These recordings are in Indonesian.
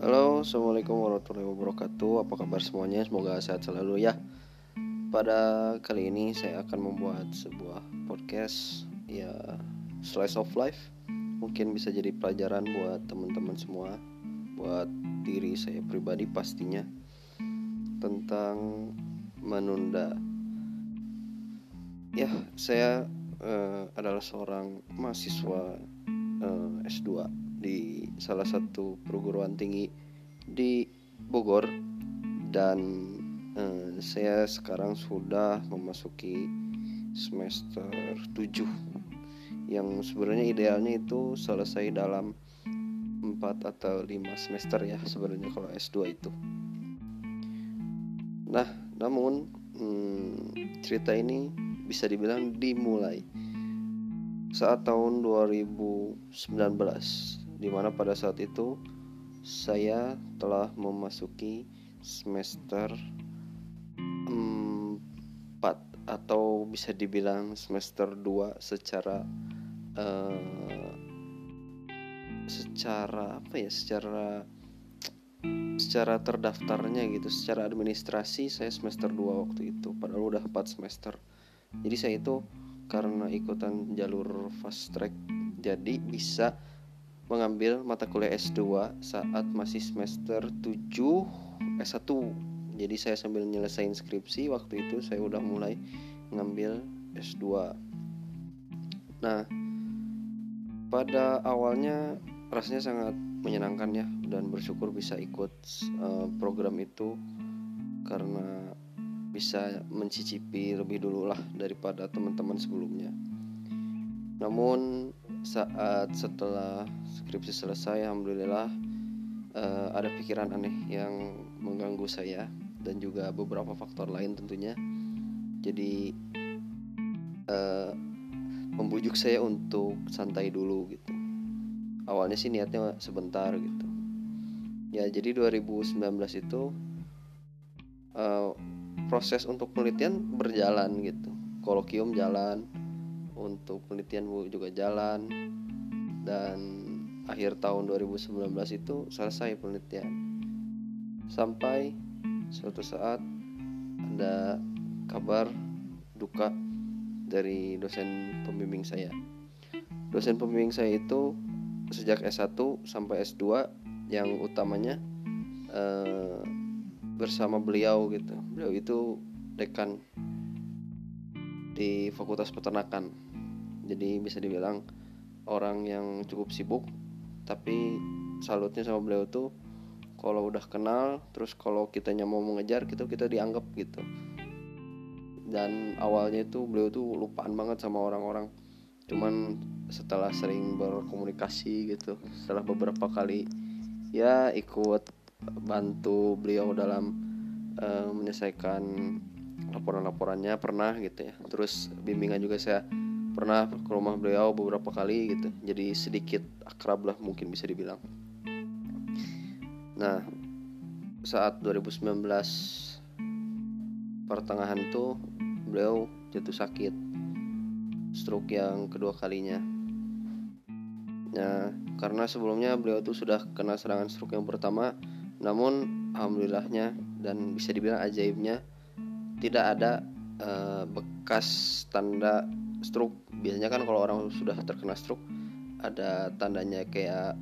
Halo, assalamualaikum warahmatullahi wabarakatuh. Apa kabar semuanya? Semoga sehat selalu ya. Pada kali ini saya akan membuat sebuah podcast ya, slice of life. Mungkin bisa jadi pelajaran buat teman-teman semua, buat diri saya pribadi pastinya, tentang menunda. Ya, saya adalah seorang mahasiswa S2 di salah satu perguruan tinggi di Bogor, dan saya sekarang sudah memasuki semester 7 yang sebenarnya idealnya itu selesai dalam 4 atau 5 semester ya sebenarnya kalau S2 itu. Nah, namun cerita ini bisa dibilang dimulai saat tahun 2019, dimana pada saat itu saya telah memasuki semester 4 atau bisa dibilang semester 2 secara terdaftarnya gitu, secara administrasi saya semester 2 waktu itu, padahal udah 4 semester. Jadi saya itu karena ikutan jalur fast track, jadi bisa mengambil mata kuliah S2 saat masih semester 7 S1. Jadi saya sambil nyelesain skripsi waktu itu saya udah mulai ngambil S2. Nah, pada awalnya rasanya sangat menyenangkan ya, dan bersyukur bisa ikut program itu karena bisa mencicipi lebih dulu lah daripada teman-teman sebelumnya. Namun saat setelah skripsi selesai, alhamdulillah ada pikiran aneh yang mengganggu saya dan juga beberapa faktor lain tentunya. Jadi membujuk saya untuk santai dulu gitu. Awalnya sih niatnya sebentar gitu. Ya, jadi 2019 itu proses untuk penelitian berjalan gitu. Kolokium jalan, untuk penelitian juga jalan, dan akhir tahun 2019 itu selesai penelitian. Sampai suatu saat ada kabar duka dari dosen pembimbing saya. Dosen pembimbing saya itu sejak S1 sampai S2 yang utamanya bersama beliau gitu. Beliau itu dekan di Fakultas Peternakan. Jadi bisa dibilang orang yang cukup sibuk, tapi salutnya sama beliau tuh kalau udah kenal, terus kalau kitanya mau mengejar gitu, kita dianggap gitu. Dan awalnya itu beliau tuh lupaan banget sama orang-orang. Cuman setelah sering berkomunikasi gitu, setelah beberapa kali ya ikut bantu beliau dalam menyelesaikan laporan-laporannya pernah gitu ya. Terus bimbingan juga saya pernah ke rumah beliau beberapa kali gitu. Jadi sedikit akrab lah mungkin bisa dibilang. Nah, saat 2019 pertengahan tuh beliau jatuh sakit, stroke yang kedua kalinya. Nah, karena sebelumnya beliau tuh sudah kena serangan stroke yang pertama, namun alhamdulillahnya dan bisa dibilang ajaibnya tidak ada bekas tanda stroke. Biasanya kan kalau orang sudah terkena stroke ada tandanya kayak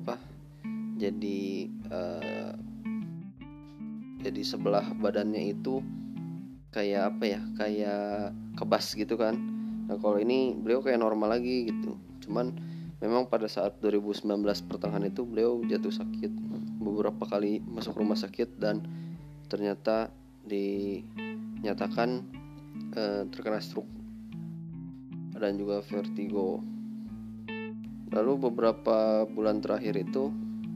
jadi sebelah badannya itu kayak kayak kebas gitu kan. Nah, kalau ini beliau kayak normal lagi gitu. Cuman memang pada saat 2019 pertengahan itu beliau jatuh sakit, beberapa kali masuk rumah sakit, dan ternyata dinyatakan terkena stroke dan juga vertigo. Lalu beberapa bulan terakhir itu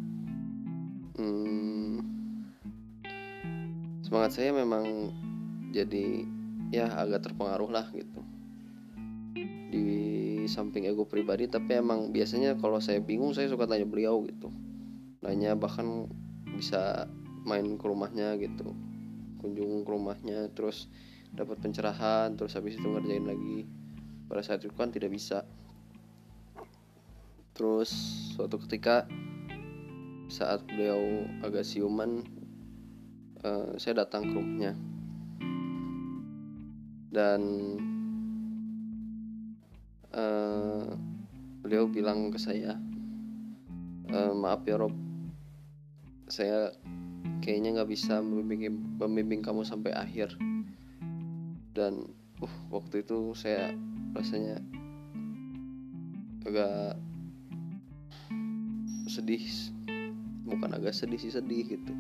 semangat saya memang jadi ya agak terpengaruh lah gitu, di samping ego pribadi. Tapi emang biasanya kalau saya bingung saya suka tanya beliau gitu, nanya, bahkan bisa main ke rumahnya gitu, kunjung ke rumahnya, terus dapat pencerahan, terus habis itu ngerjain lagi. Pada saat itu kan tidak bisa. Terus suatu ketika saat beliau agak siuman, saya datang ke rumahnya dan beliau bilang ke saya, maaf ya Rob, saya kayaknya nggak bisa membimbing kamu sampai akhir. Dan waktu itu saya rasanya agak sedih, bukan agak sedih sih, sedih gitu.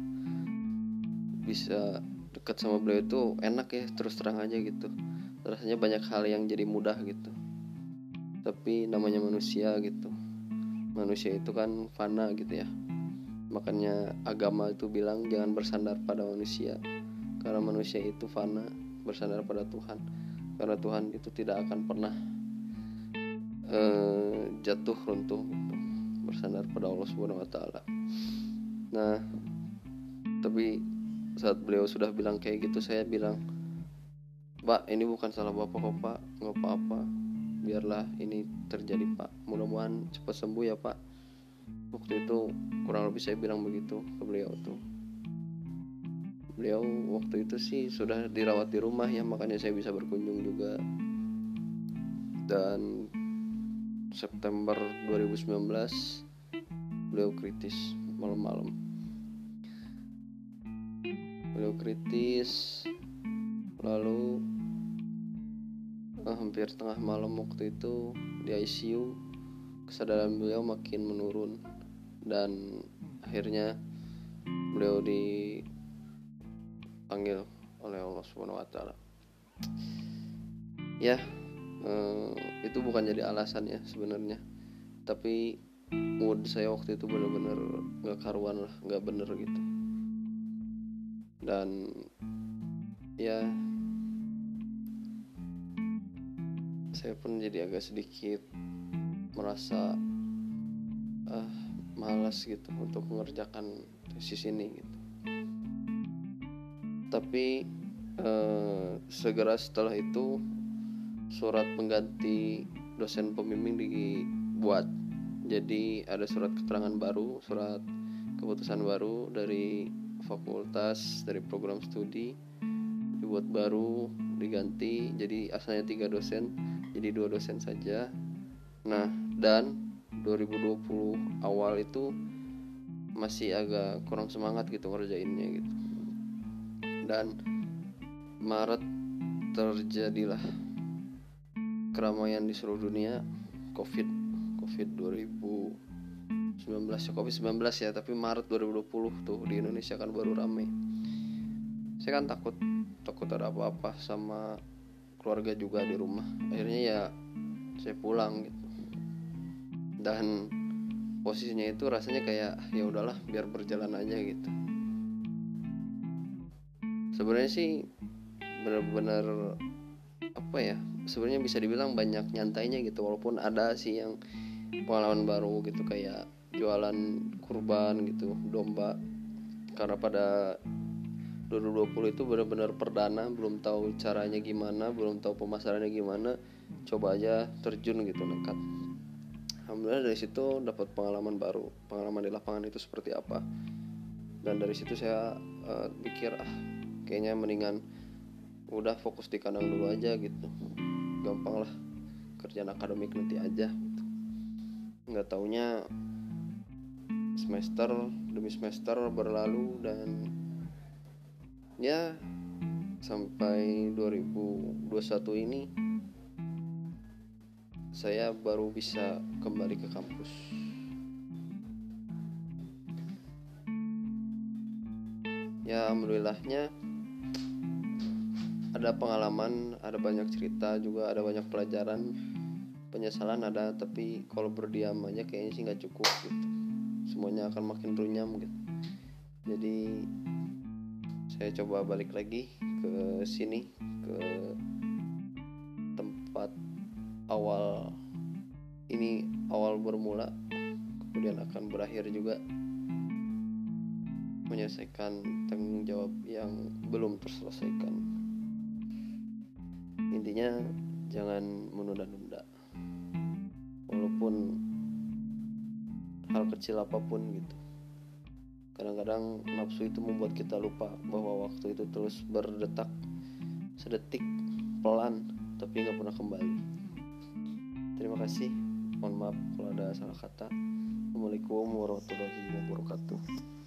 Bisa dekat sama beliau itu enak ya, terus terang aja gitu. Rasanya banyak hal yang jadi mudah gitu. Tapi namanya manusia gitu, manusia itu kan fana gitu ya. Makanya agama itu bilang jangan bersandar pada manusia, karena manusia itu fana, bersandar pada Tuhan, karena Tuhan itu tidak akan pernah jatuh runtuh gitu, bersandar pada Allah Subhanahu wa taala. Nah, tapi saat beliau sudah bilang kayak gitu, saya bilang, Pak, ini bukan salah Bapak kok Pak, nggak apa-apa, biarlah ini terjadi Pak, mudah-mudahan cepat sembuh ya Pak. Waktu itu kurang lebih saya bilang begitu ke beliau tuh. Beliau waktu itu sih sudah dirawat di rumah ya, makanya saya bisa berkunjung juga. Dan September 2019 beliau kritis malam-malam. Beliau kritis, lalu hampir tengah malam waktu itu di ICU, kesadaran beliau makin menurun dan akhirnya beliau dipanggil oleh Allah Subhanahu wa taala. Ya, itu bukan jadi alasan ya sebenarnya, tapi mood saya waktu itu benar-benar nggak karuan lah, nggak bener gitu. Dan ya saya pun jadi agak sedikit merasa malas gitu untuk mengerjakan tesis ini gitu. Tapi segera setelah itu surat pengganti dosen pembimbing dibuat. Jadi ada surat keterangan baru, surat keputusan baru dari fakultas, dari program studi, dibuat baru, diganti. Jadi asalnya 3 dosen jadi 2 dosen saja. Nah, dan 2020 awal itu masih agak kurang semangat gitu ngerjainnya gitu. Dan Maret terjadilah keramaian di seluruh dunia, COVID 2019 ya, COVID-19 ya, tapi Maret 2020 tuh di Indonesia kan baru rame. Saya kan takut ada apa-apa sama keluarga juga di rumah. Akhirnya ya saya pulang gitu. Dan posisinya itu rasanya kayak ya udahlah, biar berjalan aja gitu. Sebenarnya sih benar-benar apa ya, sebenarnya bisa dibilang banyak nyantainya gitu, walaupun ada sih yang pengalaman baru gitu, kayak jualan kurban gitu, domba, karena pada 2020 itu benar-benar perdana, belum tahu caranya gimana, belum tahu pemasarannya gimana, coba aja terjun gitu, nekat. Alhamdulillah dari situ dapat pengalaman baru, pengalaman di lapangan itu seperti apa. Dan dari situ saya pikir kayaknya mendingan udah fokus di kandang dulu aja gitu, gampang lah kerjaan akademik nanti aja gitu. Nggak taunya semester demi semester berlalu, dan ya sampai 2021 ini saya baru bisa kembali ke kampus. Ya alhamdulillahnya ada pengalaman, ada banyak cerita juga, ada banyak pelajaran, penyesalan ada, tapi kalau berdiam aja kayaknya sih nggak cukup gitu, semuanya akan makin runyam gitu. Jadi saya coba balik lagi ke sini, ke tempat awal ini, awal bermula kemudian akan berakhir juga, menyelesaikan tanggung jawab yang belum terselesaikan. Intinya jangan menunda-nunda, walaupun hal kecil apapun gitu. Kadang-kadang nafsu itu membuat kita lupa bahwa waktu itu terus berdetak sedetik pelan tapi nggak pernah kembali. Terima kasih, mohon maaf kalau ada salah kata. Assalamualaikum warahmatullahi wabarakatuh.